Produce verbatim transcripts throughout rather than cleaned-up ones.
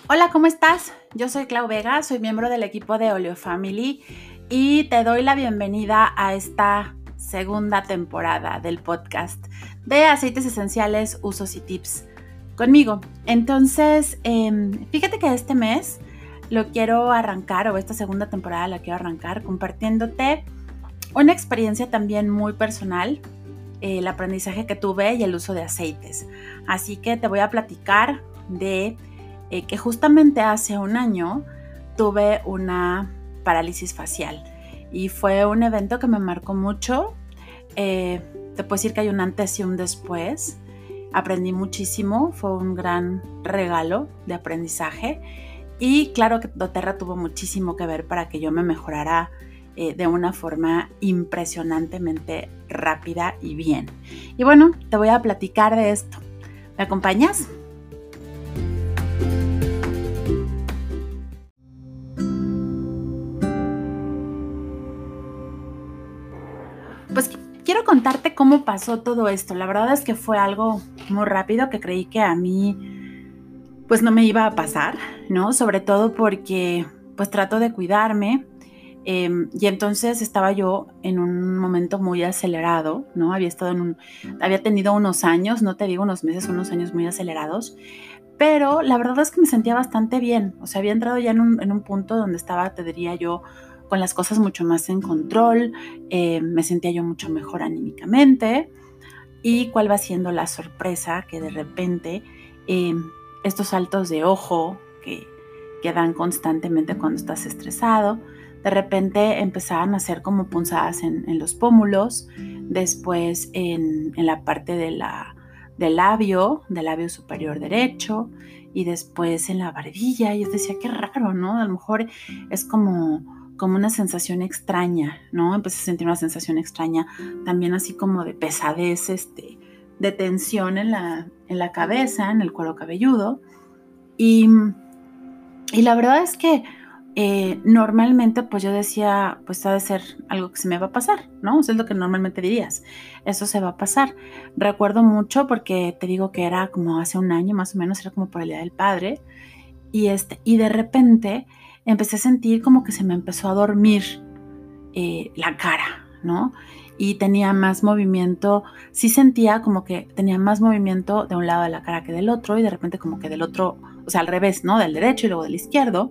Hola, ¿cómo estás? Yo soy Clau Vega, soy miembro del equipo de Oleo Family y te doy la bienvenida a esta segunda temporada del podcast de aceites esenciales, usos y tips conmigo. Entonces, eh, fíjate que este mes lo quiero arrancar, o esta segunda temporada la quiero arrancar compartiéndote una experiencia también muy personal, eh, el aprendizaje que tuve y el uso de aceites. Así que te voy a platicar de eh, que justamente hace un año tuve una parálisis facial y fue un evento que me marcó mucho. Eh, te puedo decir que hay un antes y un después. Aprendí muchísimo, fue un gran regalo de aprendizaje y claro que doTERRA tuvo muchísimo que ver para que yo me mejorara eh, de una forma impresionantemente rápida y bien. Y bueno, te voy a platicar de esto. ¿Me acompañas? Pues quiero contarte cómo pasó todo esto. La verdad es que fue algo muy rápido que creí que a mí pues no me iba a pasar, ¿no? Sobre todo porque pues trato de cuidarme eh, y entonces estaba yo en un momento muy acelerado, ¿no? Había estado en un, había tenido unos años, no te digo unos meses, unos años muy acelerados, pero la verdad es que me sentía bastante bien. O sea, había entrado ya en un, en un punto donde estaba, te diría yo, con las cosas mucho más en control, eh, me sentía yo mucho mejor anímicamente. ¿Y cuál va siendo la sorpresa? Que de repente eh, estos saltos de ojo que, que dan constantemente cuando estás estresado, de repente empezaban a ser como punzadas en, en los pómulos, después en, en la parte de la, del labio, del labio superior derecho, y después en la barbilla. Y yo decía, qué raro, ¿no? A lo mejor es como como una sensación extraña, ¿no? Empecé a sentir una sensación extraña, también así como de pesadez, este, de tensión en la, en la cabeza, en el cuero cabelludo. Y, y la verdad es que eh, normalmente pues yo decía, pues ha de ser algo que se me va a pasar, ¿no? Eso es lo que normalmente dirías, eso se va a pasar. Recuerdo mucho porque te digo que era como hace un año más o menos, era como por el Día del Padre, y, este, y de repente empecé a sentir como que se me empezó a dormir eh, la cara, ¿no? Y tenía más movimiento, sí sentía como que tenía más movimiento de un lado de la cara que del otro, y de repente como que del otro, o sea, al revés, ¿no? Del derecho y luego del izquierdo.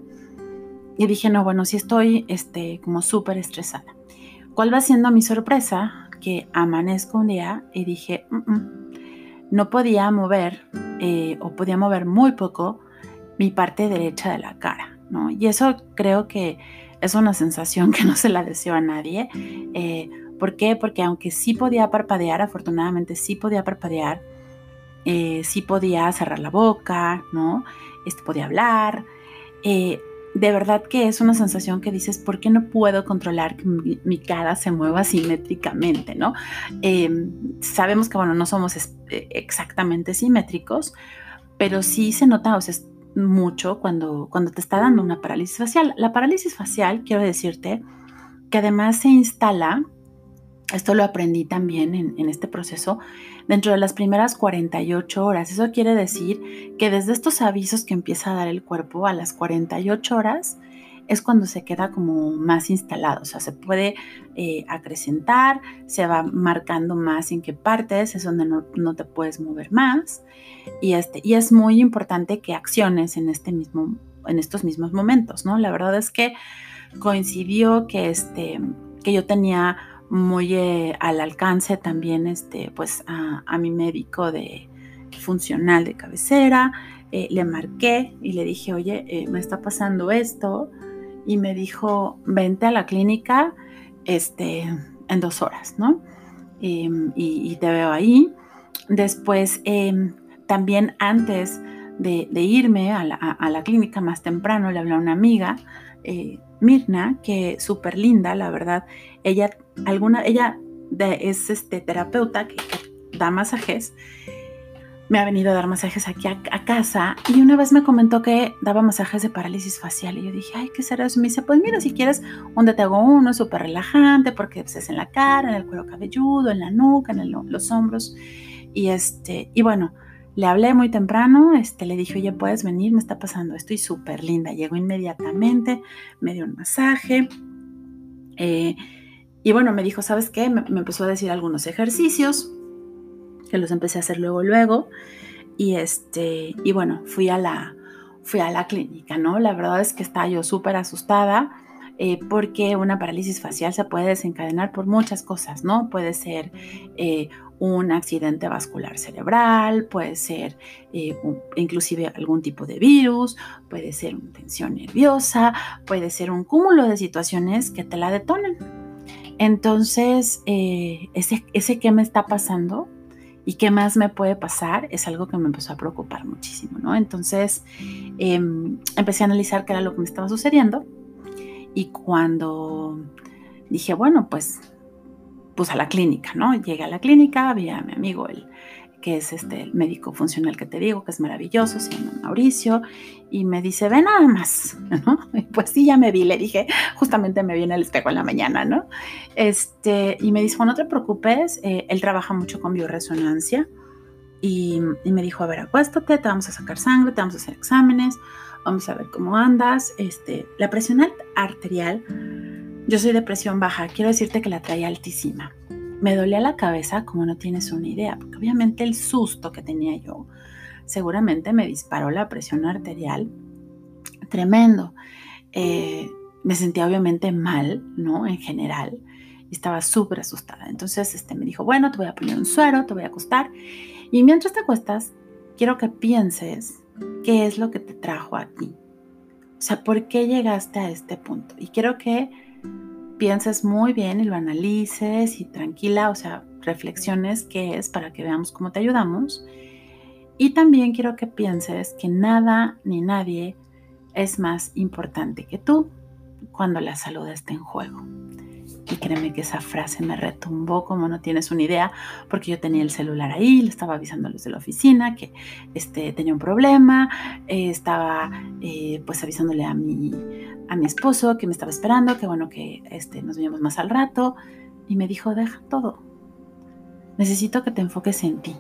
Y dije, no, bueno, sí estoy este, como súper estresada. ¿Cuál va siendo mi sorpresa? Que amanezco un día y dije, mm -mm, no podía mover, eh, o podía mover muy poco mi parte derecha de la cara, ¿no? Y eso creo que es una sensación que no se la deseo a nadie. Eh, ¿Por qué? Porque aunque sí podía parpadear, afortunadamente sí podía parpadear, eh, sí podía cerrar la boca, ¿no? Este, podía hablar. Eh, de verdad que es una sensación que dices, ¿por qué no puedo controlar que mi, mi cara se mueva simétricamente, ¿no? Eh, sabemos que, bueno, no somos es, exactamente simétricos, pero sí se nota, o sea, mucho cuando, cuando te está dando una parálisis facial. La parálisis facial, quiero decirte, que además se instala, esto lo aprendí también en, en este proceso, dentro de las primeras cuarenta y ocho horas. Eso quiere decir que desde estos avisos que empieza a dar el cuerpo a las cuarenta y ocho horas es cuando se queda como más instalado. O sea, se puede eh, acrecentar, se va marcando más en qué partes, es donde no, no te puedes mover más. Y, este, y es muy importante que acciones en, este mismo, en estos mismos momentos, ¿no? La verdad es que coincidió que, este, que yo tenía muy eh, al alcance también este, pues a, a mi médico de funcional de cabecera. Eh, le marqué y le dije, oye, eh, me está pasando esto, y me dijo, vente a la clínica este, en dos horas, ¿no? Eh, y, y te veo ahí. Después, eh, también antes de, de irme a la, a, a la clínica más temprano, le hablé a una amiga, eh, Mirna, que súper linda, la verdad. Ella, alguna, ella de, es este, terapeuta que, que da masajes. Me ha venido a dar masajes aquí a, a casa, y una vez me comentó que daba masajes de parálisis facial, y yo dije, ay, ¿qué será eso? Y me dice, pues mira, si quieres, donde te hago uno, es súper relajante, porque pues, es en la cara, en el cuero cabelludo, en la nuca, en el, los hombros. Y, este, y bueno, Le hablé muy temprano, este, le dije, oye, ¿puedes venir? Me está pasando, estoy súper linda. Llegó inmediatamente, me dio un masaje. Eh, y bueno, me dijo, ¿sabes qué? Me, me empezó a decir algunos ejercicios, que los empecé a hacer luego, luego. Y, este, y bueno, fui a, la, fui a la clínica, ¿no? La verdad es que estaba yo súper asustada. Eh, porque una parálisis facial se puede desencadenar por muchas cosas, ¿no? Puede ser eh, un accidente vascular cerebral, puede ser eh, un, inclusive algún tipo de virus, puede ser una tensión nerviosa, puede ser un cúmulo de situaciones que te la detonan. Entonces, eh, ese, ese qué me está pasando y qué más me puede pasar es algo que me empezó a preocupar muchísimo, ¿no? Entonces, eh, empecé a analizar qué era lo que me estaba sucediendo. Y cuando dije, bueno, pues, pues a la clínica, ¿no? Llegué a la clínica, vi a mi amigo, el, que es este, el médico funcional que te digo, que es maravilloso, se llama Mauricio, y me dice, ve nada más, ¿no? Y pues sí, ya me vi, le dije, justamente me vi en el espejo en la mañana, ¿no? Este, y me dijo, bueno, no te preocupes, eh, él trabaja mucho con bioresonancia, y, y me dijo, a ver, acuéstate, te vamos a sacar sangre, te vamos a hacer exámenes, vamos a ver cómo andas. Este, la presión arterial, yo soy de presión baja, quiero decirte que la traía altísima. Me dolía la cabeza como no tienes una idea, porque obviamente el susto que tenía yo seguramente me disparó la presión arterial tremendo. Eh, me sentía obviamente mal, ¿no? En general, y estaba súper asustada. Entonces este, me dijo, bueno, te voy a poner un suero, te voy a acostar, y mientras te acuestas, quiero que pienses qué es lo que te trajo aquí. O sea, ¿por qué llegaste a este punto? Y quiero que pienses muy bien y lo analices y tranquila, o sea, reflexiones qué es para que veamos cómo te ayudamos. Y también quiero que pienses que nada ni nadie es más importante que tú cuando la salud está en juego. Y créeme que esa frase me retumbó como no tienes una idea, porque yo tenía el celular ahí, le estaba avisando a los de la oficina que este, tenía un problema, eh, estaba eh, pues avisándole a mi, a mi esposo que me estaba esperando, que bueno, que este, nos veíamos más al rato, y me dijo, deja todo, necesito que te enfoques en ti,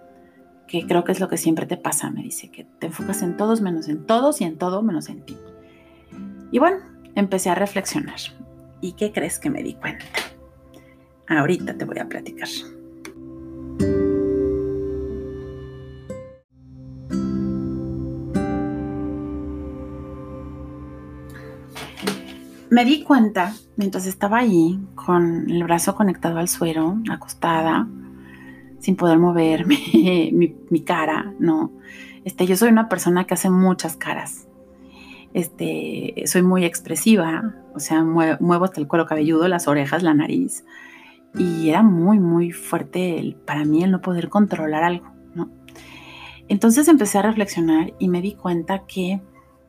que creo que es lo que siempre te pasa, me dice, que te enfocas en todos menos en todos y en todo menos en ti. Y bueno, empecé a reflexionar. ¿Y qué crees que me di cuenta? Ahorita te voy a platicar. Me di cuenta, mientras estaba ahí, con el brazo conectado al suero, acostada, sin poder mover mi, mi, mi cara, ¿no? Este, yo soy una persona que hace muchas caras. Este, soy muy expresiva, o sea, muevo, muevo hasta el cuero cabelludo, las orejas, la nariz, y era muy, muy fuerte el, para mí el no poder controlar algo, ¿no? Entonces empecé a reflexionar y me di cuenta que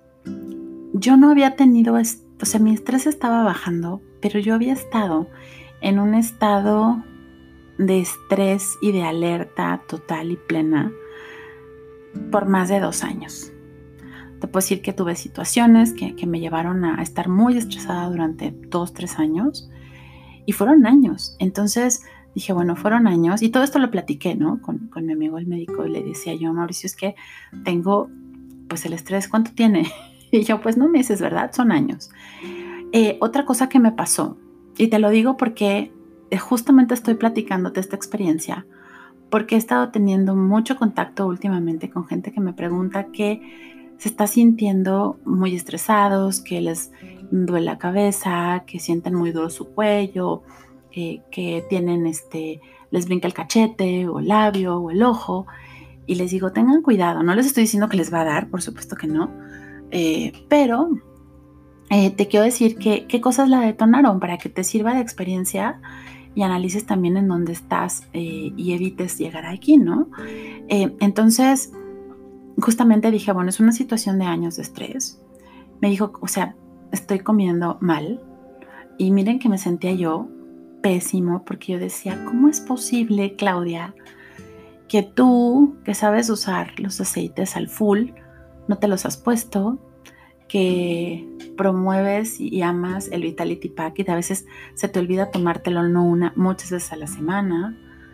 yo no había tenido, o sea, mi estrés estaba bajando, pero yo había estado en un estado de estrés y de alerta total y plena por más de dos años. Te puedo decir que tuve situaciones que, que me llevaron a estar muy estresada durante dos, tres años, y fueron años. Entonces dije, bueno, fueron años, y todo esto lo platiqué, ¿no? Con, con mi amigo el médico, y le decía yo, Mauricio, es que tengo, pues el estrés, ¿cuánto tiene? Y yo, pues no meses, ¿verdad? Son años. Eh, otra cosa que me pasó, y te lo digo porque justamente estoy platicándote esta experiencia, porque he estado teniendo mucho contacto últimamente con gente que me pregunta que se está sintiendo muy estresados, que les duele la cabeza, que sienten muy duro su cuello, eh, que tienen este, les brinca el cachete o el labio o el ojo, y les digo, tengan cuidado, no les estoy diciendo que les va a dar, por supuesto que no, eh, pero eh, te quiero decir que qué cosas la detonaron para que te sirva de experiencia y analices también en dónde estás eh, y evites llegar aquí, ¿no? Eh, entonces, justamente dije, bueno, es una situación de años de estrés. Me dijo, o sea, estoy comiendo mal. Y miren que me sentía yo pésimo, porque yo decía, ¿cómo es posible, Claudia, que tú, que sabes usar los aceites al full, no te los has puesto, que promueves y amas el Vitality Pack y a veces se te olvida tomártelo no una, muchas veces a la semana,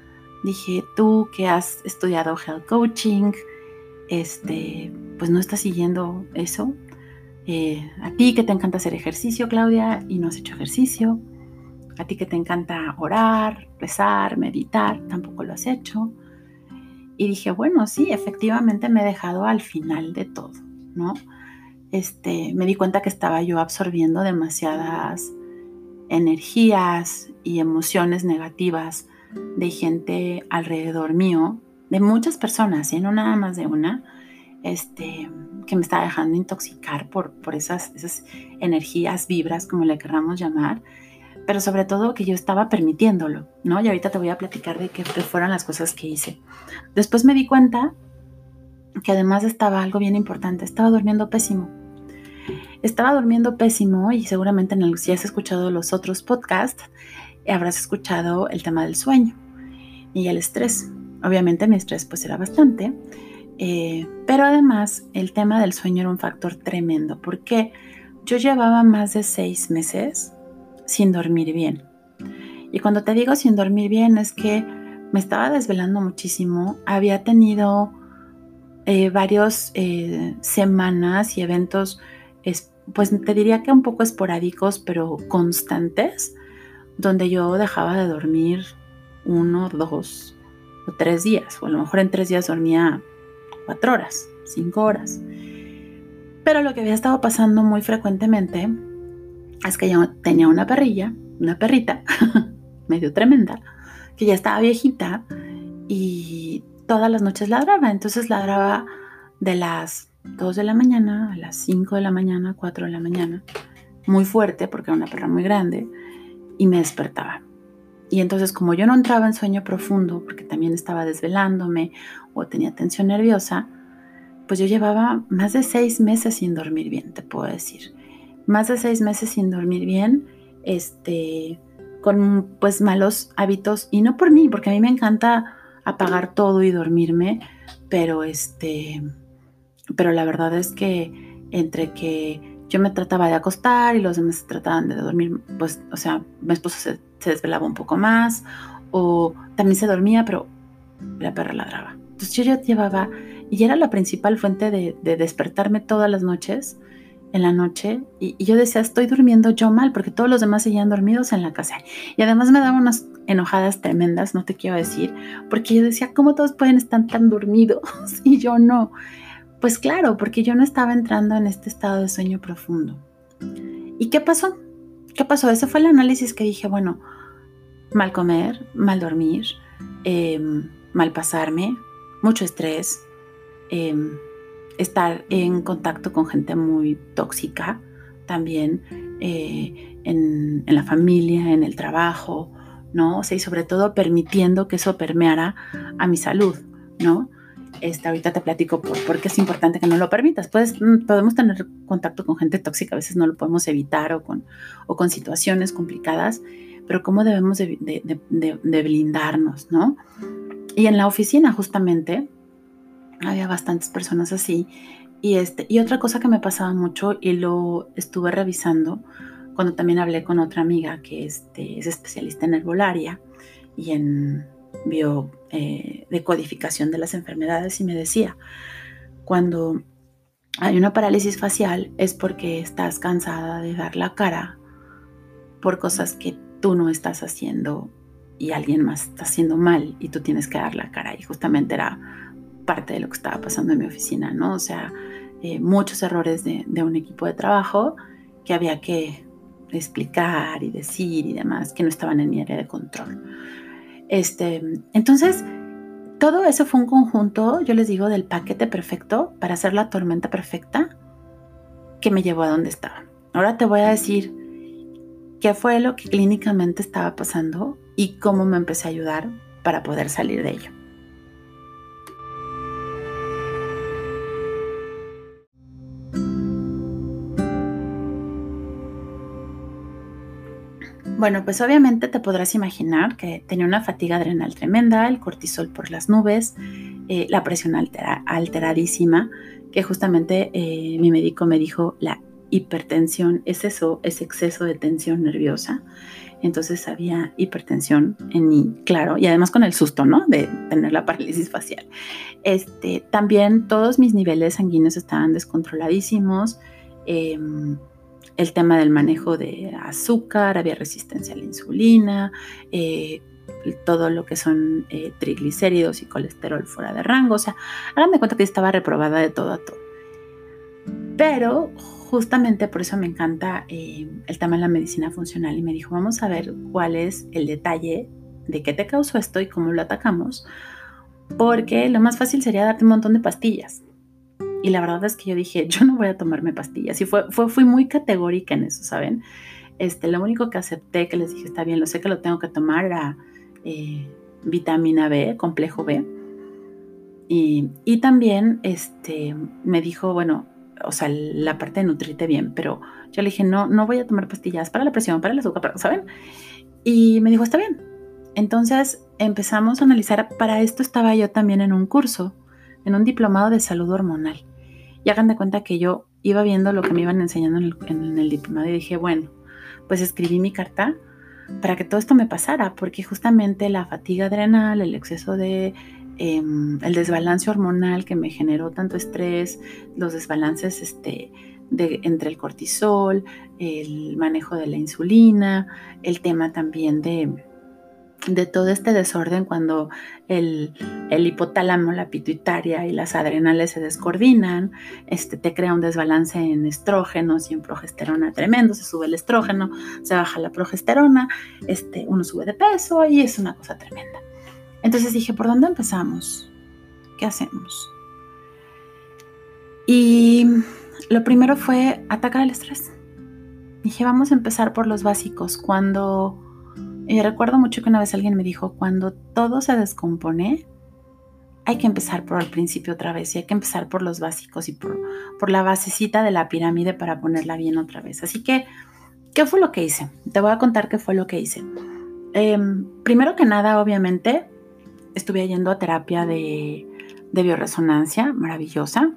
Dije, tú que has estudiado health coaching, este, pues no estás siguiendo eso. Eh, a ti que te encanta hacer ejercicio, Claudia, y no has hecho ejercicio. A ti que te encanta orar, rezar, meditar, tampoco lo has hecho. Y dije, bueno, sí, efectivamente me he dejado al final de todo, ¿no? Este, me di cuenta que estaba yo absorbiendo demasiadas energías y emociones negativas de gente alrededor mío, de muchas personas, ¿eh? No nada más de una, este, que me estaba dejando intoxicar por, por esas, esas energías, vibras, como le queramos llamar, pero sobre todo que yo estaba permitiéndolo, ¿no? Y ahorita te voy a platicar de qué fueron las cosas que hice. Después me di cuenta que además estaba algo bien importante, estaba durmiendo pésimo. Estaba durmiendo pésimo y seguramente en el, si has escuchado los otros podcasts, habrás escuchado el tema del sueño y el estrés. Obviamente mi estrés pues era bastante, eh, pero además el tema del sueño era un factor tremendo porque yo llevaba más de seis meses sin dormir bien. Y cuando te digo sin dormir bien es que me estaba desvelando muchísimo, había tenido eh, varias eh, semanas y eventos, es, pues te diría que un poco esporádicos, pero constantes, donde yo dejaba de dormir uno, dos o tres días, o a lo mejor en tres días dormía cuatro horas, cinco horas. Pero lo que había estado pasando muy frecuentemente es que yo tenía una perrilla, una perrita, medio tremenda, que ya estaba viejita y todas las noches ladraba. Entonces ladraba de las dos de la mañana a las cinco de la mañana, cuatro de la mañana, muy fuerte porque era una perra muy grande, y me despertaba. Y entonces como yo no entraba en sueño profundo porque también estaba desvelándome o tenía tensión nerviosa, pues yo llevaba más de seis meses sin dormir bien, te puedo decir. Más de seis meses sin dormir bien, este, con pues malos hábitos, y no por mí, porque a mí me encanta apagar todo y dormirme, pero este, pero la verdad es que entre que yo me trataba de acostar y los demás se trataban de dormir, pues, o sea, mi esposo se, se desvelaba un poco más, o también se dormía, pero la perra ladraba. Entonces yo ya llevaba, y era la principal fuente de, de despertarme todas las noches, en la noche, y, y yo decía, estoy durmiendo yo mal, porque todos los demás seguían dormidos en la casa. Y además me daban unas enojadas tremendas, no te quiero decir, porque yo decía, ¿cómo todos pueden estar tan dormidos y yo no? Pues claro, porque yo no estaba entrando en este estado de sueño profundo. ¿Y qué pasó? ¿Qué pasó? Ese fue el análisis que dije, bueno, mal comer, mal dormir, eh, mal pasarme, mucho estrés, eh, estar en contacto con gente muy tóxica también, eh, en, en la familia, en el trabajo, ¿no? O sea, y sobre todo permitiendo que eso permeara a mi salud, ¿no? Este, ahorita te platico por, por qué es importante que no lo permitas. Puedes, podemos tener contacto con gente tóxica, a veces no lo podemos evitar, o con, o con situaciones complicadas, pero cómo debemos de, de, de, de blindarnos, ¿no? Y en la oficina justamente había bastantes personas así. Y, este, y otra cosa que me pasaba mucho, y lo estuve revisando cuando también hablé con otra amiga que este, es especialista en herbolaria y en biodecodificación eh, de las enfermedades, y me decía, cuando hay una parálisis facial es porque estás cansada de dar la cara por cosas que tú no estás haciendo y alguien más está haciendo mal y tú tienes que dar la cara. Y justamente era parte de lo que estaba pasando en mi oficina, ¿no? O sea, eh, muchos errores de, de un equipo de trabajo que había que explicar y decir y demás, que no estaban en mi área de control. Este, entonces, todo eso fue un conjunto, yo les digo, del paquete perfecto para hacer la tormenta perfecta que me llevó a donde estaba. Ahora te voy a decir qué fue lo que clínicamente estaba pasando y cómo me empecé a ayudar para poder salir de ello. Bueno, pues obviamente te podrás imaginar que tenía una fatiga adrenal tremenda, el cortisol por las nubes, eh, la presión altera, alteradísima, que justamente eh, mi médico me dijo, la hipertensión es eso, es exceso de tensión nerviosa. entonces había hipertensión en mí, claro, y además con el susto, ¿no? De tener la parálisis facial. Este, también todos mis niveles sanguíneos estaban descontroladísimos. Eh, el tema del manejo de azúcar, había resistencia a la insulina, eh, todo lo que son eh, triglicéridos y colesterol fuera de rango. O sea, hagan de cuenta que estaba reprobada de todo a todo. Pero justamente por eso me encanta eh, el tema de la medicina funcional, y me dijo, vamos a ver cuál es el detalle de qué te causó esto y cómo lo atacamos, porque lo más fácil sería darte un montón de pastillas. Y la verdad es que yo dije, yo no voy a tomarme pastillas. Y fue, fue, fui muy categórica en eso, ¿saben? Este, lo único que acepté, que les dije, está bien, lo sé que lo tengo que tomar, era eh, vitamina B, complejo B. Y, y también este, me dijo, bueno, o sea, la parte de nutrirte bien, pero yo le dije, no, no voy a tomar pastillas para la presión, para el azúcar, ¿saben? Y me dijo, está bien. Entonces empezamos a analizar. Para esto estaba yo también en un curso, en un diplomado de salud hormonal. Y hagan de cuenta que yo iba viendo lo que me iban enseñando en el, en el diplomado y dije, bueno, pues escribí mi carta para que todo esto me pasara, porque justamente la fatiga adrenal, el exceso de Eh, el desbalance hormonal que me generó tanto estrés, los desbalances este, de, entre el cortisol, el manejo de la insulina, el tema también de, de todo este desorden cuando el, el hipotálamo, la pituitaria y las adrenales se descoordinan, este, te crea un desbalance en estrógenos y en progesterona tremendo. Se sube el estrógeno, se baja la progesterona, este, uno sube de peso y es una cosa tremenda. Entonces dije, ¿por dónde empezamos? ¿Qué hacemos? Y lo primero fue atacar el estrés. Dije, vamos a empezar por los básicos. Cuando, y recuerdo mucho que una vez alguien me dijo, cuando todo se descompone, hay que empezar por el principio otra vez, y hay que empezar por los básicos y por, por la basecita de la pirámide para ponerla bien otra vez. Así que, ¿qué fue lo que hice? Te voy a contar qué fue lo que hice. Eh, primero que nada, obviamente, estuve yendo a terapia de, de bioresonancia, maravillosa.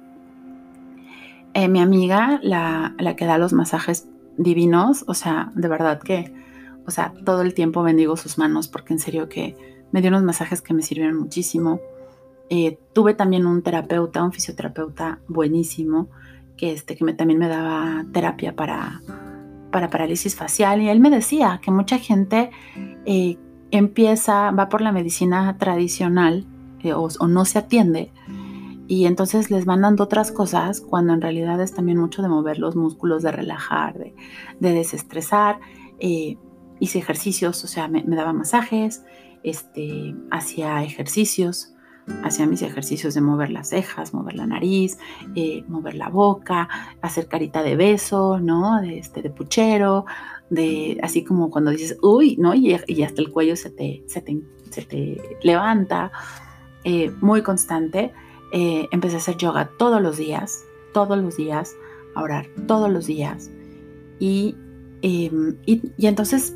Eh, mi amiga, la, la que da los masajes divinos, o sea, de verdad que, o sea, todo el tiempo bendigo sus manos, porque en serio que me dio unos masajes que me sirvieron muchísimo. Eh, tuve también un terapeuta, un fisioterapeuta buenísimo, que, este, que me, también me daba terapia para, para parálisis facial, y él me decía que mucha gente eh, empieza, va por la medicina tradicional eh, o, o no se atiende, y entonces les van dando otras cosas, cuando en realidad es también mucho de mover los músculos, de relajar, de, de desestresar. Eh, hice ejercicios, o sea, me, me daba masajes, este, hacía ejercicios, hacía mis ejercicios de mover las cejas, mover la nariz, eh, mover la boca, hacer carita de beso, ¿no? De, este, de puchero, de, así como cuando dices, uy, ¿no? Y, y hasta el cuello se te, se te, se te levanta, eh, muy constante. Eh, empecé a hacer yoga todos los días, todos los días, a orar todos los días, y, eh, y, y entonces,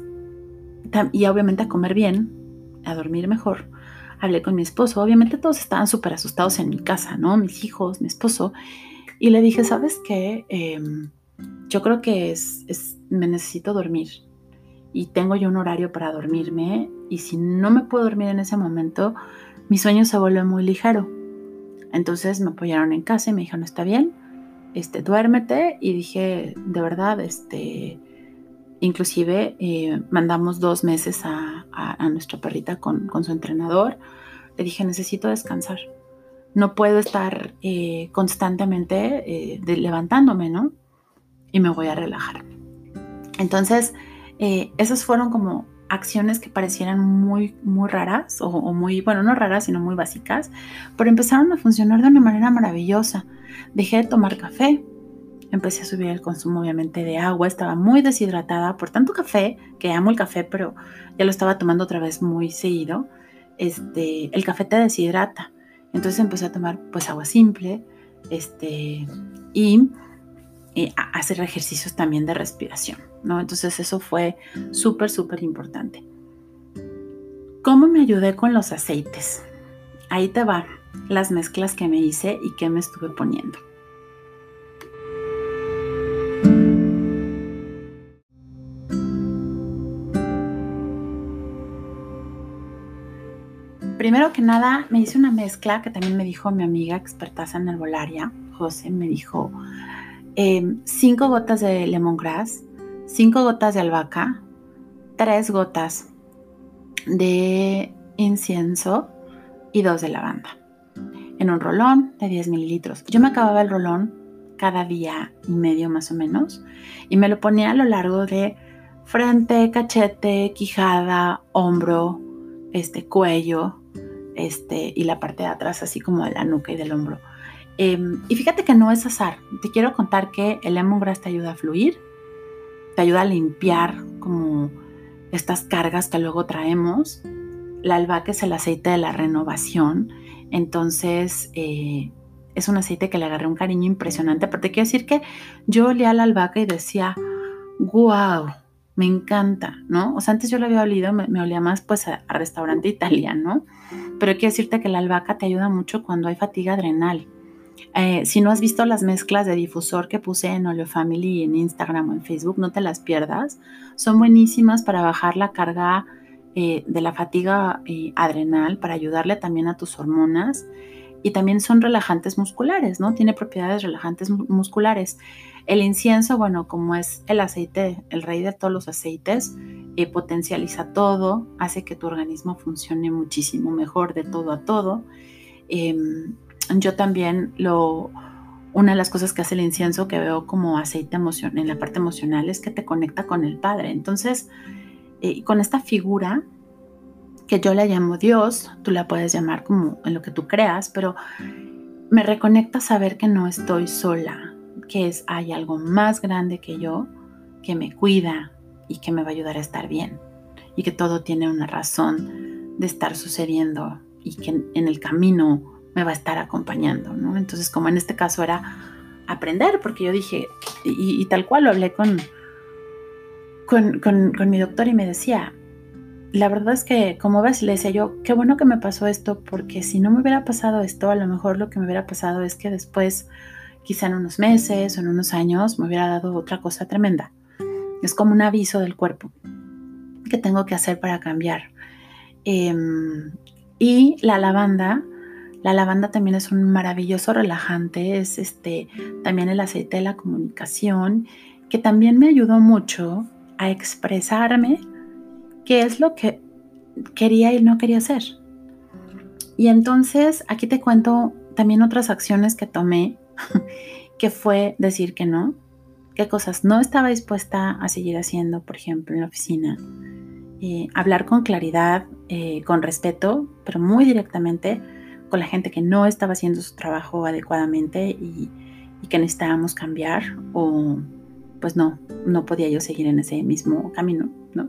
y obviamente a comer bien, a dormir mejor. Hablé con mi esposo, obviamente todos estaban súper asustados en mi casa, ¿no? Mis hijos, mi esposo, y le dije, ¿sabes qué? Eh, yo creo que es, es, me necesito dormir, y tengo yo un horario para dormirme, y si no me puedo dormir en ese momento, mi sueño se vuelve muy ligero. Entonces me apoyaron en casa y me dijeron, está bien, este, duérmete. Y dije, de verdad, este, inclusive eh, mandamos dos meses a, a, a nuestra perrita con, con su entrenador. Le dije, necesito descansar. No puedo estar eh, constantemente eh, de, levantándome, ¿no? Y me voy a relajar. Entonces, eh, esas fueron como acciones que parecieran muy, muy raras, o, o muy, bueno, no raras, sino muy básicas, pero empezaron a funcionar de una manera maravillosa. Dejé de tomar café, empecé a subir el consumo, obviamente, de agua. Estaba muy deshidratada por tanto café, que amo el café, pero ya lo estaba tomando otra vez muy seguido. Este, el café te deshidrata, entonces empecé a tomar, pues, agua simple, este, y Eh, hacer ejercicios también de respiración, ¿no? Entonces eso fue súper, súper importante. ¿Cómo me ayudé con los aceites? Ahí te va las mezclas que me hice y que me estuve poniendo. primero que nada me hice una mezcla que también me dijo mi amiga experta en herbolaria, José, me dijo eh, cinco gotas de lemongrass, cinco gotas de albahaca, tres gotas de incienso y dos de lavanda en un rolón de diez mililitros. Yo me acababa el rolón cada día y medio más o menos y me lo ponía a lo largo de frente, cachete, quijada, hombro, este, cuello, este, y la parte de atrás así como de la nuca y del hombro. Eh, y fíjate que no es azar. Te quiero contar que el lemongrass te ayuda a fluir, te ayuda a limpiar como estas cargas que luego traemos. La albahaca es el aceite de la renovación, entonces eh, es un aceite que le agarré un cariño impresionante, pero te quiero decir que yo olía la albahaca y decía, wow, me encanta, ¿no? O sea, antes yo lo había olido, me, me olía más pues a, a restaurante italiano, pero quiero decirte que la albahaca te ayuda mucho cuando hay fatiga adrenal. Eh, si no has visto las mezclas de difusor que puse en Oleofamily en Instagram o en Facebook, no te las pierdas. Son buenísimas para bajar la carga eh, de la fatiga eh, adrenal, para ayudarle también a tus hormonas, y también son relajantes musculares, ¿no? Tiene propiedades relajantes musculares. El incienso, bueno, como es el aceite, el rey de todos los aceites, eh, potencializa todo, hace que tu organismo funcione muchísimo mejor de todo a todo. Eh, yo también lo... Una de las cosas que hace el incienso que veo como aceite emocional, en la parte emocional, es que te conecta con el Padre. Entonces, eh, con esta figura que yo la llamo Dios, tú la puedes llamar como en lo que tú creas, pero me reconecta a saber que no estoy sola, que es, hay algo más grande que yo, que me cuida y que me va a ayudar a estar bien, y que todo tiene una razón de estar sucediendo y que en, en el camino me va a estar acompañando, ¿no? Entonces, como en este caso era aprender, porque yo dije, y, y tal cual lo hablé con, con, con, con mi doctor y me decía, la verdad es que, como ves, le decía yo, qué bueno que me pasó esto, porque si no me hubiera pasado esto, a lo mejor lo que me hubiera pasado es que después, quizá en unos meses o en unos años, me hubiera dado otra cosa tremenda. Es como un aviso del cuerpo que tengo que hacer para cambiar. Eh, y la lavanda, la lavanda también es un maravilloso relajante, es este, también el aceite de la comunicación, que también me ayudó mucho a expresarme qué es lo que quería y no quería hacer. Y entonces aquí te cuento también otras acciones que tomé, que fue decir que no, qué cosas no estaba dispuesta a seguir haciendo, por ejemplo, en la oficina. Eh, hablar con claridad, eh, con respeto, pero muy directamente con la gente que no estaba haciendo su trabajo adecuadamente y, y que necesitábamos cambiar, o pues no, no podía yo seguir en ese mismo camino, ¿no?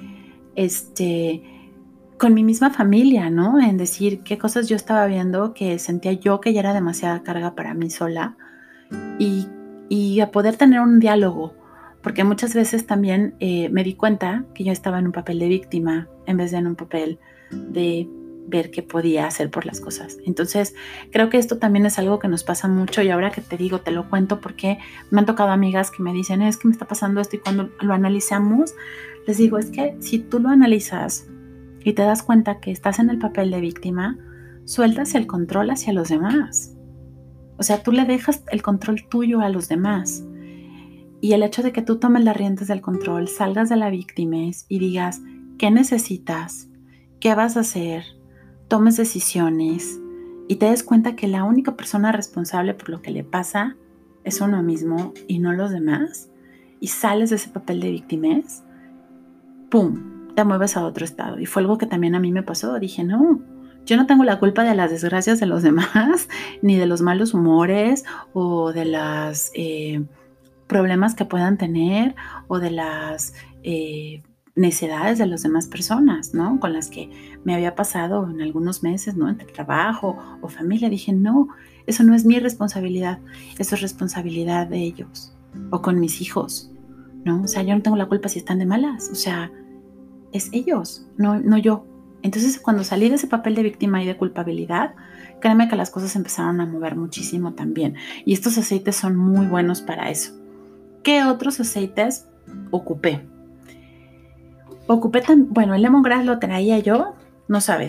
Este, con mi misma familia, ¿no? En decir qué cosas yo estaba viendo que sentía yo que ya era demasiada carga para mí sola, y, y a poder tener un diálogo, porque muchas veces también eh, me di cuenta que yo estaba en un papel de víctima en vez de en un papel de ver qué podía hacer por las cosas. Entonces, creo que esto también es algo que nos pasa mucho, y ahora que te digo, te lo cuento porque me han tocado amigas que me dicen, es que me está pasando esto, y cuando lo analizamos, les digo, es que si tú lo analizas y te das cuenta que estás en el papel de víctima, sueltas el control hacia los demás. O sea, tú le dejas el control tuyo a los demás. Y el hecho de que tú tomes las riendas del control, salgas de la víctimas y digas qué necesitas, qué vas a hacer, tomes decisiones y te des cuenta que la única persona responsable por lo que le pasa es uno mismo y no los demás, y sales de ese papel de víctimas, ¡pum!, te mueves a otro estado. Y fue algo que también a mí me pasó. Dije, no, yo no tengo la culpa de las desgracias de los demás, ni de los malos humores, o de los eh, problemas que puedan tener, o de las eh, necedades de las demás personas, ¿no? Con las que me había pasado en algunos meses, ¿no? Entre trabajo o familia. Dije, no, eso no es mi responsabilidad, eso es responsabilidad de ellos, o con mis hijos, ¿no? O sea, yo no tengo la culpa si están de malas, o sea, es ellos, no, no yo. Entonces, cuando salí de ese papel de víctima y de culpabilidad, créeme que las cosas empezaron a mover muchísimo también. Y estos aceites son muy buenos para eso. ¿Qué otros aceites ocupé? Ocupé tan, bueno, el lemongrass lo traía yo, no sabes, ¿eh?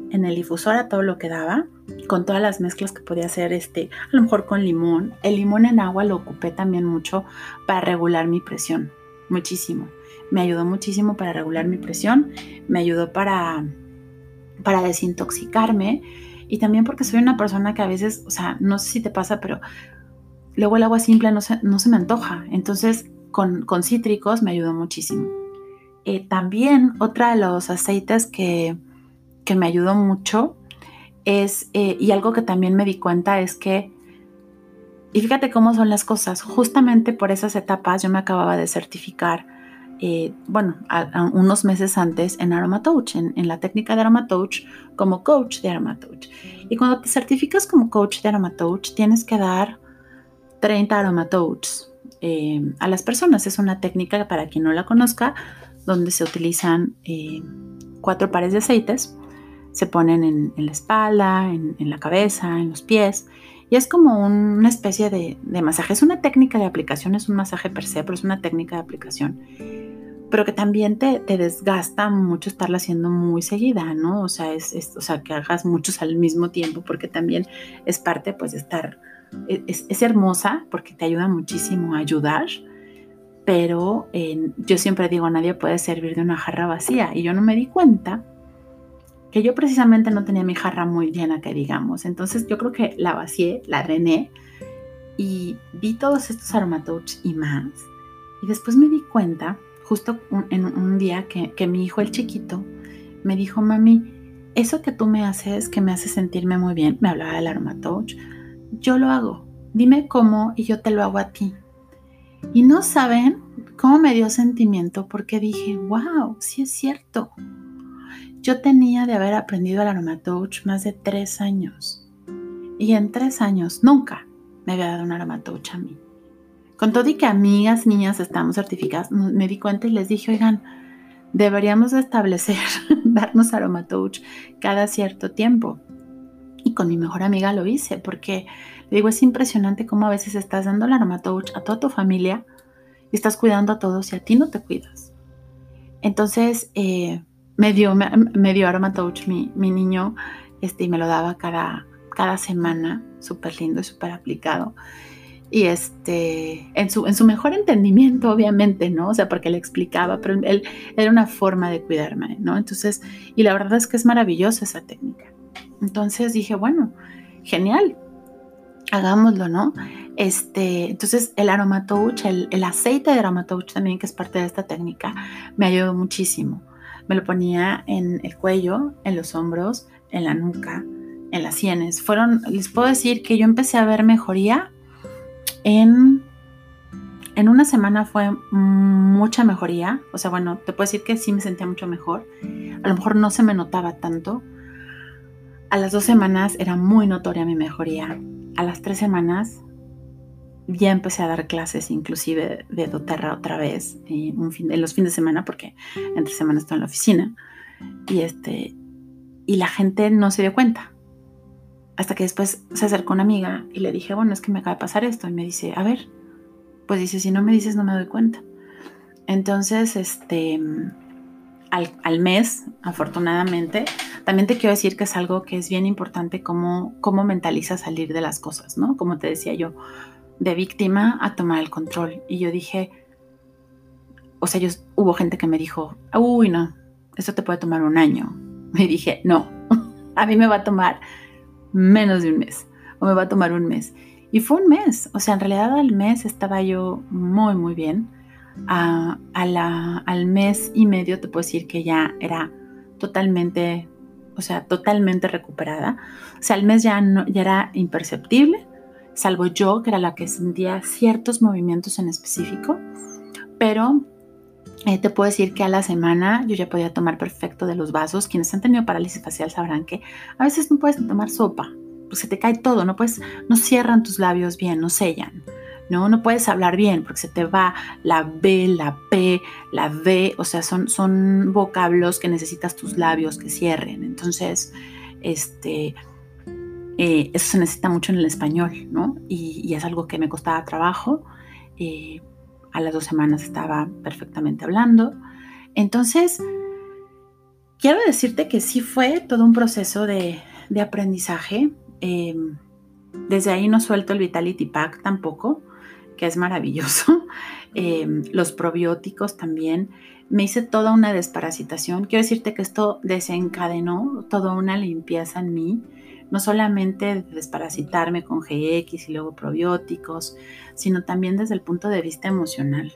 en el difusor a todo lo que daba, con todas las mezclas que podía hacer, este, a lo mejor con limón. El limón en agua lo ocupé también mucho para regular mi presión, muchísimo. Me ayudó muchísimo para regular mi presión, me ayudó para, para desintoxicarme, y también porque soy una persona que a veces, o sea, no sé si te pasa, pero luego el agua simple no se, no se me antoja. Entonces, con, con cítricos me ayudó muchísimo. Eh, también, otra de los aceites que, que me ayudó mucho es, eh, y algo que también me di cuenta es que, y fíjate cómo son las cosas, justamente por esas etapas yo me acababa de certificar, eh, bueno, a, a unos meses antes en Aromatouch, en, en la técnica de Aromatouch, como coach de Aromatouch. Y cuando te certificas como coach de Aromatouch, tienes que dar treinta Aromatouchs eh, a las personas. Es una técnica, para quien no la conozca, donde se utilizan eh, cuatro pares de aceites, se ponen en, en la espalda, en, en la cabeza, en los pies, y es como un, una especie de, de masaje. Es una técnica de aplicación, es un masaje per se, pero es una técnica de aplicación, pero que también te, te desgasta mucho estarla haciendo muy seguida, ¿no? O sea, es, es, o sea, que hagas muchos al mismo tiempo, porque también es parte, pues, de estar, es, es hermosa, porque te ayuda muchísimo a ayudar, pero eh, yo siempre digo, nadie puede servir de una jarra vacía, y yo no me di cuenta que yo precisamente no tenía mi jarra muy llena, que digamos. Entonces yo creo que la vacié, la drené, y vi todos estos Aromatouch y más, y después me di cuenta, justo un, en un día que, que mi hijo, el chiquito, me dijo: mami, eso que tú me haces, que me hace sentirme muy bien, me hablaba del Aromatouch, yo lo hago, dime cómo y yo te lo hago a ti. Y no saben cómo me dio sentimiento, porque dije, wow, sí es cierto. Yo tenía de haber aprendido el Aromatouch más de tres años. Y en tres años nunca me había dado un Aromatouch a mí. Con todo y que amigas, niñas, estamos certificadas, me di cuenta y les dije, oigan, deberíamos establecer, darnos Aromatouch cada cierto tiempo. Y con mi mejor amiga lo hice, porque le digo, es impresionante cómo a veces estás dando el Aromatouch a toda tu familia y estás cuidando a todos y a ti no te cuidas. Entonces, eh, me dio, me, me dio Aromatouch mi, mi niño, este, y me lo daba cada, cada semana, súper lindo y súper aplicado. Y este, en su, en su mejor entendimiento, obviamente, ¿no? O sea, porque le explicaba, pero él era una forma de cuidarme, ¿no? Entonces, y la verdad es que es maravillosa esa técnica. Entonces dije, bueno, genial, hagámoslo, ¿no? Este, entonces el Aromatouch, el, el aceite de Aromatouch también, que es parte de esta técnica, me ayudó muchísimo. Me lo ponía en el cuello, en los hombros, en la nuca, en las sienes. Fueron, les puedo decir que yo empecé a ver mejoría en, en una semana. Fue mucha mejoría. O sea, bueno, te puedo decir que sí me sentía mucho mejor. A lo mejor no se me notaba tanto. A las dos semanas era muy notoria mi mejoría. A las tres semanas ya empecé a dar clases, inclusive de doTERRA otra vez, en, un fin, en los fines de semana, porque entre semana estoy en la oficina. Y, este, y la gente no se dio cuenta. Hasta que después se acercó una amiga y le dije, bueno, es que me acaba de pasar esto. Y me dice, a ver, pues dice, si no me dices no me doy cuenta. Entonces, este, al, al mes, afortunadamente, también te quiero decir que es algo que es bien importante, cómo, cómo mentalizas salir de las cosas, ¿no? Como te decía yo, de víctima a tomar el control. Y yo dije, o sea, yo, hubo gente que me dijo, uy, no, esto te puede tomar un año. Y dije, no, a mí me va a tomar menos de un mes, o me va a tomar un mes. Y fue un mes, o sea, en realidad al mes estaba yo muy, muy bien. A, a la, al mes y medio te puedo decir que ya era totalmente, o sea, totalmente recuperada. O sea, al mes ya, no, ya era imperceptible, salvo yo, que era la que sentía ciertos movimientos en específico, pero eh, te puedo decir que a la semana yo ya podía tomar perfecto de los vasos. Quienes han tenido parálisis facial sabrán que a veces no puedes tomar sopa, pues se te cae todo, no puedes, no cierran tus labios bien, no sellan, ¿no? No puedes hablar bien porque se te va la B, la P, la D, o sea, son, son vocablos que necesitas tus labios que cierren. Entonces, este, eh, eso se necesita mucho en el español, ¿no? Y, y es algo que me costaba trabajo. Eh, a las dos semanas estaba perfectamente hablando. Entonces, quiero decirte que sí fue todo un proceso de, de aprendizaje. Eh, desde ahí no suelto el Vitality Pack tampoco, que es maravilloso. Eh, los probióticos también. Me hice toda una desparasitación. Quiero decirte que esto desencadenó toda una limpieza en mí. No solamente desparasitarme con G X y luego probióticos, sino también desde el punto de vista emocional.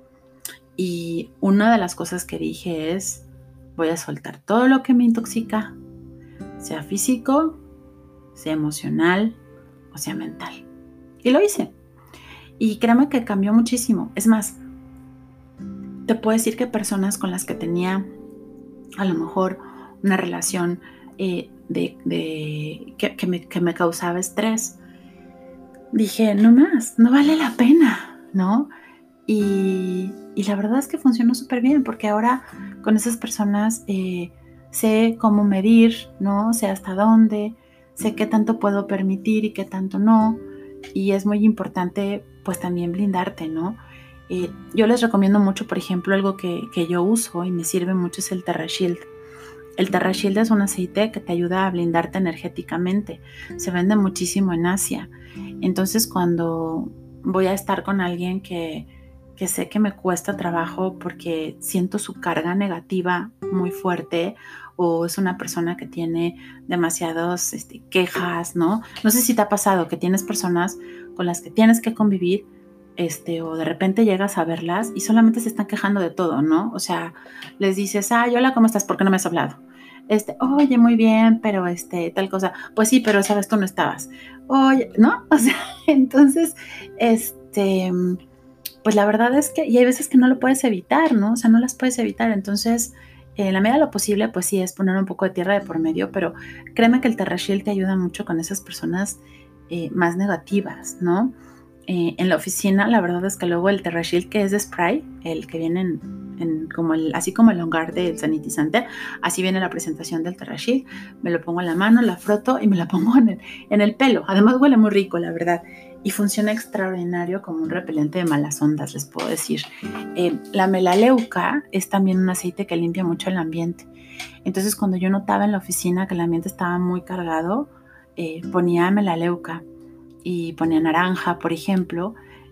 Y una de las cosas que dije es, voy a soltar todo lo que me intoxica, sea físico, sea emocional o sea mental. Y lo hice. Y créeme que cambió muchísimo. Es más, te puedo decir que personas con las que tenía a lo mejor una relación eh, de, de, que, que, me, que me causaba estrés, dije, no más, no vale la pena, ¿no? Y, y la verdad es que funcionó súper bien, porque ahora con esas personas eh, sé cómo medir, ¿no? Sé hasta dónde, sé qué tanto puedo permitir y qué tanto no. Y es muy importante, pues también blindarte, ¿no? Eh, yo les recomiendo mucho, por ejemplo, algo que, que yo uso y me sirve mucho es el TerraShield. El TerraShield es un aceite que te ayuda a blindarte energéticamente. Se vende muchísimo en Asia. Entonces, cuando voy a estar con alguien que, que sé que me cuesta trabajo porque siento su carga negativa muy fuerte, o es una persona que tiene demasiadas este, quejas, ¿no? No sé si te ha pasado que tienes personas con las que tienes que convivir, este, o de repente llegas a verlas y solamente se están quejando de todo, ¿no? O sea, les dices, ay, hola, ¿cómo estás? ¿Por qué no me has hablado? Este, oye, muy bien, pero este, tal cosa. Pues sí, pero esa vez tú no estabas. Oye, ¿no? O sea, entonces, este, pues la verdad es que, y hay veces que no lo puedes evitar, ¿no? O sea, no las puedes evitar. Entonces, en la medida de lo posible, pues sí, es poner un poco de tierra de por medio, pero créeme que el TerraShield te ayuda mucho con esas personas eh, más negativas, ¿no? Eh, en la oficina, la verdad es que luego el TerraShield, que es de spray, el que viene en, en como el, así como el Ongar del sanitizante, así viene la presentación del TerraShield, me lo pongo en la mano, la froto y me la pongo en el, en el pelo. Además huele muy rico, la verdad, y funciona extraordinario como un repelente de malas ondas, les puedo decir. Eh, la melaleuca es también un aceite que limpia mucho el ambiente. Entonces, cuando yo notaba en la oficina que el ambiente estaba muy cargado, eh, ponía melaleuca y ponía naranja, por ejemplo,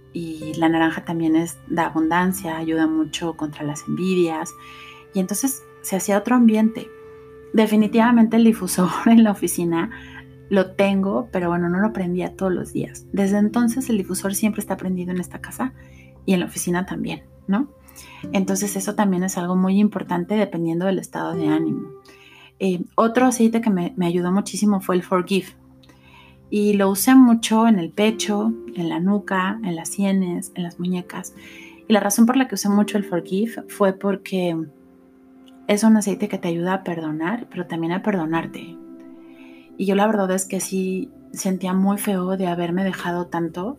y la naranja también es de abundancia, ayuda mucho contra las envidias, y entonces se hacía otro ambiente. Definitivamente el difusor en la oficina lo tengo, pero bueno, no lo prendía todos los días. Desde entonces el difusor siempre está prendido en esta casa y en la oficina también, ¿no? Entonces eso también es algo muy importante dependiendo del estado de ánimo. Eh, otro aceite que me, me ayudó muchísimo fue el Forgive. Y lo usé mucho en el pecho, en la nuca, en las sienes, en las muñecas. Y la razón por la que usé mucho el Forgive fue porque es un aceite que te ayuda a perdonar, pero también a perdonarte. Y yo la verdad es que sí sentía muy feo de haberme dejado tanto,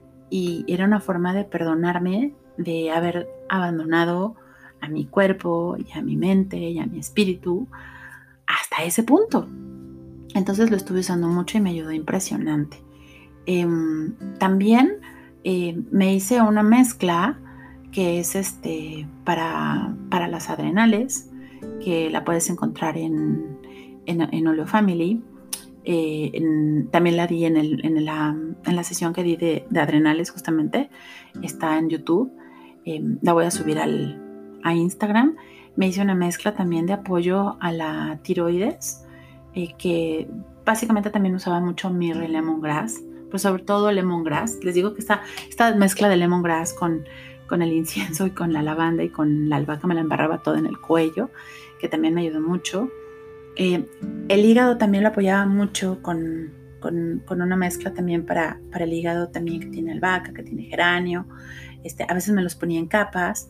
y era una forma de perdonarme de haber abandonado a mi cuerpo y a mi mente y a mi espíritu hasta ese punto. Entonces lo estuve usando mucho y me ayudó impresionante. Eh, también eh, me hice una mezcla que es este para, para las adrenales, que la puedes encontrar en, en, en Oleo Family. Eh, en, también la di en, el, en, la, en la sesión que di de, de adrenales, justamente. Está en YouTube. Eh, la voy a subir al, a Instagram. Me hice una mezcla también de apoyo a la tiroides, Eh, que básicamente también usaba mucho mirra y lemongrass, pero sobre todo lemongrass. Les digo que esta, esta mezcla de lemongrass con, con el incienso y con la lavanda y con la albahaca me la embarraba todo en el cuello, que también me ayudó mucho. Eh, el hígado también lo apoyaba mucho con, con, con una mezcla también para, para el hígado también, que tiene albahaca, que tiene geranio. Este, a veces me los ponía en capas.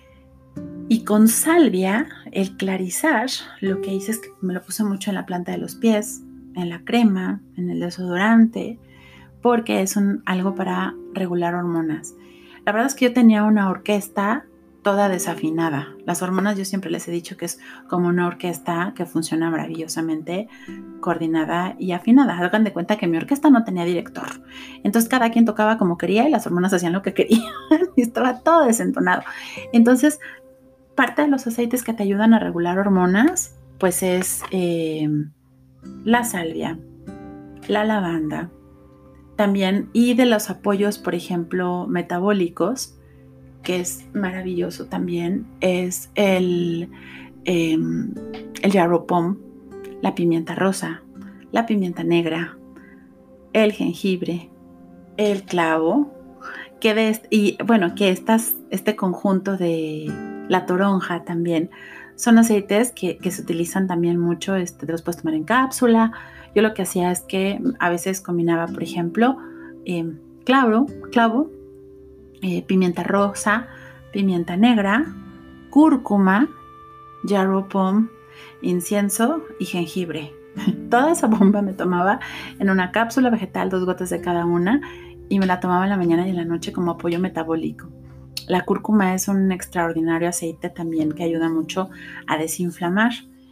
Y con salvia, el Clarisage, lo que hice es que me lo puse mucho en la planta de los pies, en la crema, en el desodorante, porque es un, algo para regular hormonas. La verdad es que yo tenía una orquesta toda desafinada. Las hormonas, yo siempre les he dicho que es como una orquesta que funciona maravillosamente coordinada y afinada. Hagan de cuenta que mi orquesta no tenía director. Entonces cada quien tocaba como quería y las hormonas hacían lo que querían y estaba todo desentonado. Entonces, parte de los aceites que te ayudan a regular hormonas pues es eh, la salvia, la lavanda, también, y de los apoyos, por ejemplo, metabólicos, que es maravilloso también, es el, eh, el yarrow pom, la pimienta rosa, la pimienta negra, el jengibre, el clavo, que de este, y bueno, que estas, este conjunto de la toronja también son aceites que, que se utilizan también mucho, este, los puedes tomar en cápsula. Yo lo que hacía es que a veces combinaba, por ejemplo, eh, clavo, clavo eh, pimienta rosa, pimienta negra, cúrcuma, yarrow pom, incienso y jengibre. Toda esa bomba me tomaba en una cápsula vegetal, dos gotas de cada una, y me la tomaba en la mañana y en la noche como apoyo metabólico. La cúrcuma es un extraordinario aceite también que ayuda mucho a desinflamar.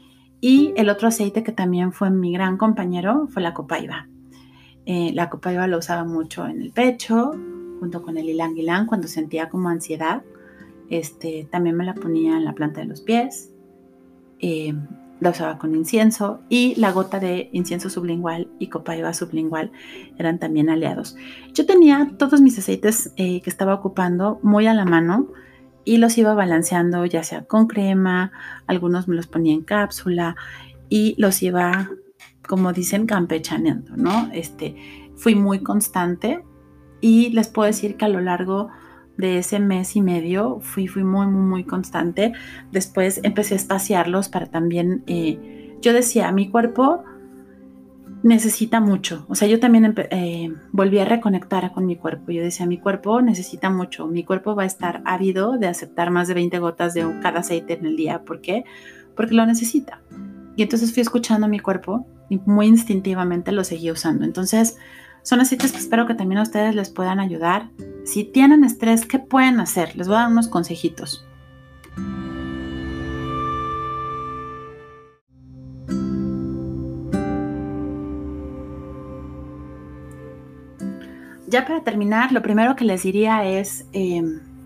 Y el otro aceite que también fue mi gran compañero fue la copaiba. Eh, la copaiba lo usaba mucho en el pecho, junto con el ylang ylang cuando sentía como ansiedad. Este, también me la ponía en la planta de los pies. Eh, la usaba con incienso, y la gota de incienso sublingual y copaiba sublingual eran también aliados. Yo tenía todos mis aceites eh, que estaba ocupando muy a la mano y los iba balanceando, ya sea con crema, algunos me los ponía en cápsula y los iba, como dicen, campechaneando, ¿no? Este, fui muy constante y les puedo decir que a lo largo de ese mes y medio fui, fui muy, muy, muy constante. Después empecé a espaciarlos para también, eh, yo decía, mi cuerpo necesita mucho. O sea, yo también eh, volví a reconectar con mi cuerpo. Yo decía, mi cuerpo necesita mucho. Mi cuerpo va a estar ávido de aceptar más de veinte gotas de cada aceite en el día. ¿Por qué? Porque lo necesita. Y entonces fui escuchando a mi cuerpo y muy instintivamente lo seguí usando. Entonces, son aceites que espero que también a ustedes les puedan ayudar. Si tienen estrés, ¿qué pueden hacer? Les voy a dar unos consejitos. Ya para terminar, lo primero que les diría es eh,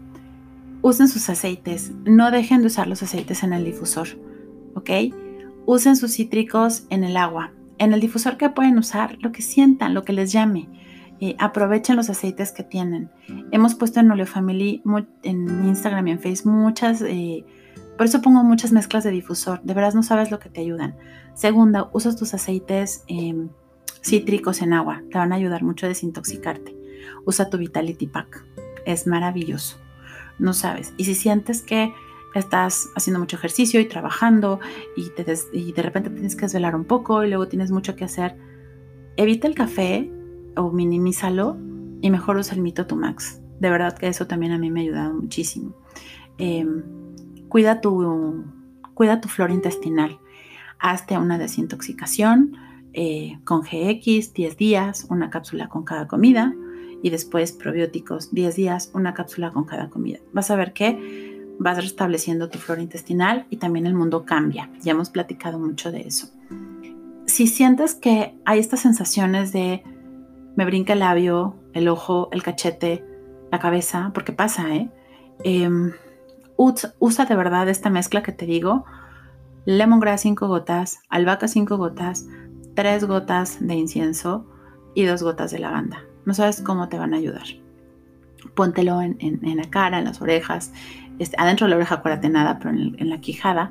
usen sus aceites. No dejen de usar los aceites en el difusor, ¿ok? Usen sus cítricos en el agua. En el difusor, ¿qué pueden usar? Lo que sientan, lo que les llame. Eh, aprovechen los aceites que tienen. Hemos puesto en Oleofamily, en Instagram y en Facebook, muchas, eh, por eso pongo muchas mezclas de difusor. De veras no sabes lo que te ayudan. Segunda, usa tus aceites eh, cítricos en agua. Te van a ayudar mucho a desintoxicarte. Usa tu Vitality Pack. Es maravilloso. No sabes. Y si sientes que estás haciendo mucho ejercicio y trabajando y, te des, y de repente tienes que desvelar un poco y luego tienes mucho que hacer, evita el café o minimízalo y mejor usa el Mito to Max. De verdad que eso también a mí me ha ayudado muchísimo. Eh, cuida, tu, cuida tu flora intestinal. Hazte una desintoxicación eh, con G X, diez días, una cápsula con cada comida, y después probióticos, diez días, una cápsula con cada comida. Vas a ver que vas restableciendo tu flora intestinal y también el mundo cambia. Ya hemos platicado mucho de eso. Si sientes que hay estas sensaciones de me brinca el labio, el ojo, el cachete, la cabeza, porque pasa, ¿eh? eh usa, usa de verdad esta mezcla que te digo: lemongrass cinco gotas, albahaca cinco gotas, tres gotas de incienso y dos gotas de lavanda. No sabes cómo te van a ayudar. Póntelo en, en, en la cara, en las orejas, este, adentro de la oreja, acuérdate, nada, pero en, en la quijada.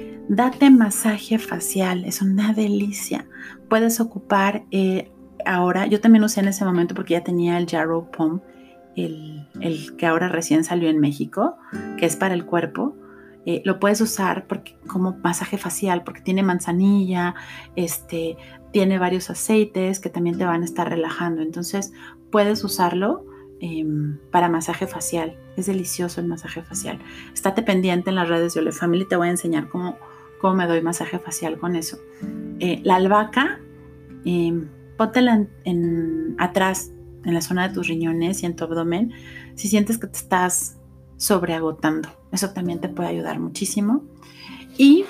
Date masaje facial, es una delicia. Puedes ocupar eh, ahora, yo también usé en ese momento porque ya tenía el yarrow pom, el, el que ahora recién salió en México, que es para el cuerpo. Eh, lo puedes usar porque, como masaje facial, porque tiene manzanilla, este, tiene varios aceites que también te van a estar relajando. Entonces puedes usarlo eh, para masaje facial. Es delicioso el masaje facial. Estate pendiente en las redes de Oleofamily, te voy a enseñar cómo, cómo me doy masaje facial con eso. Eh, la albahaca, eh, póntela en, en, atrás, en la zona de tus riñones y en tu abdomen, si sientes que te estás sobreagotando. Eso también te puede ayudar muchísimo. Y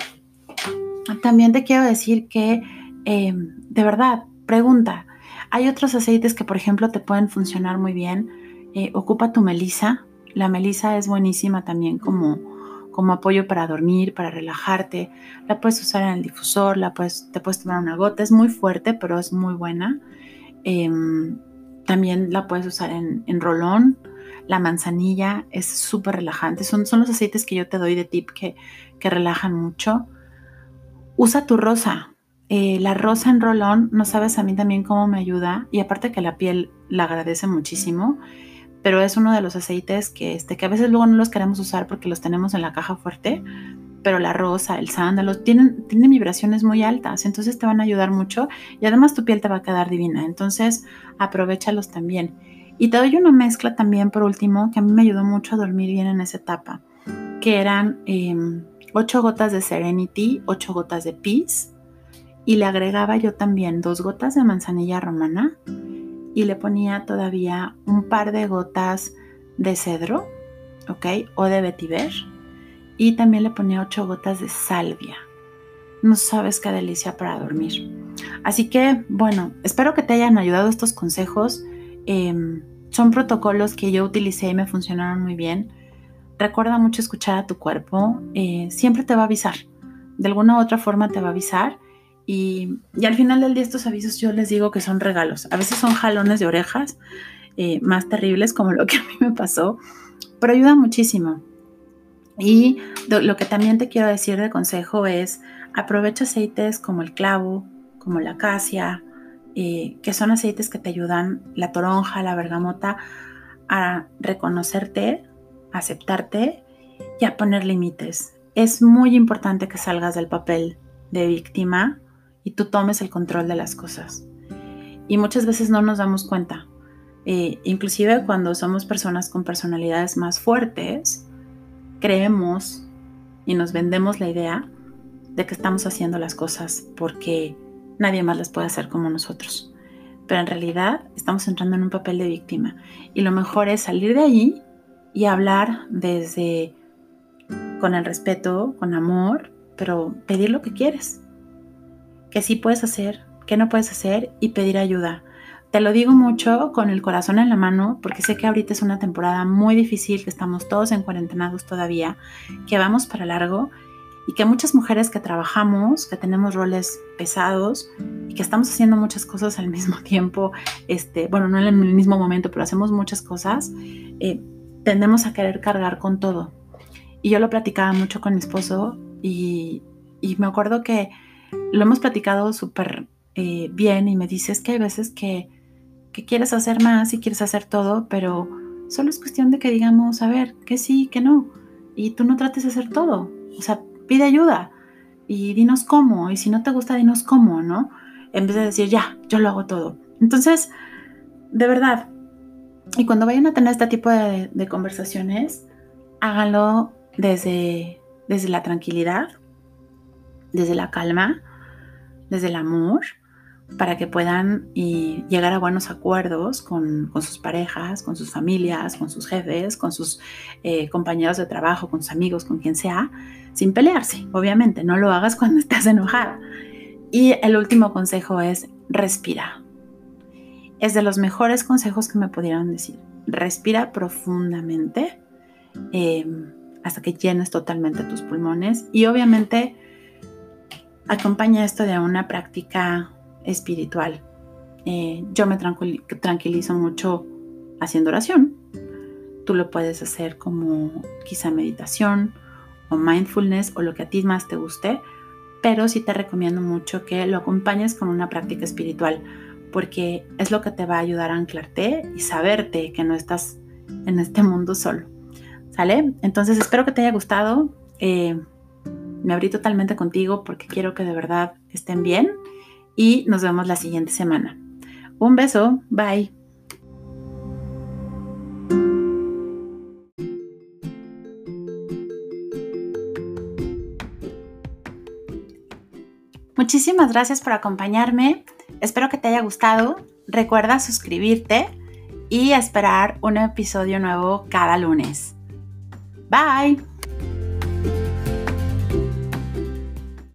también te quiero decir que eh, de verdad, pregunta. Hay otros aceites que, por ejemplo, te pueden funcionar muy bien. Eh, ocupa tu melisa. La melisa es buenísima también como, como apoyo para dormir, para relajarte. La puedes usar en el difusor, la puedes, te puedes tomar una gota. Es muy fuerte, pero es muy buena. Eh, también la puedes usar en, en rolón. La manzanilla es súper relajante. Son, son los aceites que yo te doy de tip que, que relajan mucho. Usa tu rosa. Eh, la rosa en rolón, no sabes a mí también cómo me ayuda. Y aparte que la piel la agradece muchísimo. Pero es uno de los aceites que, este, que a veces luego no los queremos usar porque los tenemos en la caja fuerte. Pero la rosa, el sándalo, tienen, tienen vibraciones muy altas. Entonces te van a ayudar mucho. Y además tu piel te va a quedar divina. Entonces aprovéchalos también. Y te doy una mezcla también, por último, que a mí me ayudó mucho a dormir bien en esa etapa, que eran eh, ocho gotas de Serenity, ocho gotas de Peace, y le agregaba yo también dos gotas de manzanilla romana y le ponía todavía un par de gotas de cedro, ¿ok? O de vetiver, y también le ponía ocho gotas de salvia. No sabes qué delicia para dormir. Así que, bueno, espero que te hayan ayudado estos consejos. Eh, son protocolos que yo utilicé y me funcionaron muy bien. Recuerda mucho escuchar a tu cuerpo. Eh, siempre te va a avisar. De alguna u otra forma te va a avisar. Y, y al final del día estos avisos yo les digo que son regalos. A veces son jalones de orejas eh, más terribles como lo que a mí me pasó. Pero ayuda muchísimo. Y lo que también te quiero decir de consejo es aprovecha aceites como el clavo, como la acacia, eh, que son aceites que te ayudan, la toronja, la bergamota, a reconocerte, a aceptarte y a poner límites. Es muy importante que salgas del papel de víctima y tú tomes el control de las cosas. Y muchas veces no nos damos cuenta. Eh, inclusive cuando somos personas con personalidades más fuertes, creemos y nos vendemos la idea de que estamos haciendo las cosas porque nadie más las puede hacer como nosotros. Pero en realidad estamos entrando en un papel de víctima. Y lo mejor es salir de ahí y hablar desde con el respeto, con amor, pero pedir lo que quieres. Que sí puedes hacer, que no puedes hacer y pedir ayuda. Te lo digo mucho con el corazón en la mano porque sé que ahorita es una temporada muy difícil, que estamos todos en cuarentenados todavía, que vamos para largo y que muchas mujeres que trabajamos, que tenemos roles pesados y que estamos haciendo muchas cosas al mismo tiempo, este, bueno, no en el mismo momento, pero hacemos muchas cosas, eh, tendemos a querer cargar con todo. Y yo lo platicaba mucho con mi esposo y, y me acuerdo que lo hemos platicado súper eh, bien y me dice, es que hay veces que que quieres hacer más y quieres hacer todo, pero solo es cuestión de que digamos, a ver, que sí, que no. Y tú no trates de hacer todo. O sea, pide ayuda y dinos cómo. Y si no te gusta, dinos cómo, ¿no? En vez de decir, ya, yo lo hago todo. Entonces, de verdad, y cuando vayan a tener este tipo de, de conversaciones, háganlo desde, desde la tranquilidad, desde la calma, desde el amor, para que puedan y llegar a buenos acuerdos con, con sus parejas, con sus familias, con sus jefes, con sus eh, compañeros de trabajo, con sus amigos, con quien sea, sin pelearse. Obviamente, no lo hagas cuando estás enojada. Y el último consejo es respira. Es de los mejores consejos que me pudieron decir. Respira profundamente eh, hasta que llenes totalmente tus pulmones y obviamente acompaña esto de una práctica espiritual. Eh, yo me tranquil- tranquilizo mucho haciendo oración. Tú lo puedes hacer como quizá meditación o mindfulness o lo que a ti más te guste, pero sí te recomiendo mucho que lo acompañes con una práctica espiritual porque es lo que te va a ayudar a anclarte y saberte que no estás en este mundo solo. ¿Sale? Entonces espero que te haya gustado. Eh, me abrí totalmente contigo porque quiero que de verdad estén bien. Y nos vemos la siguiente semana. Un beso, bye. Muchísimas gracias por acompañarme. Espero que te haya gustado. Recuerda suscribirte y esperar un episodio nuevo cada lunes. Bye.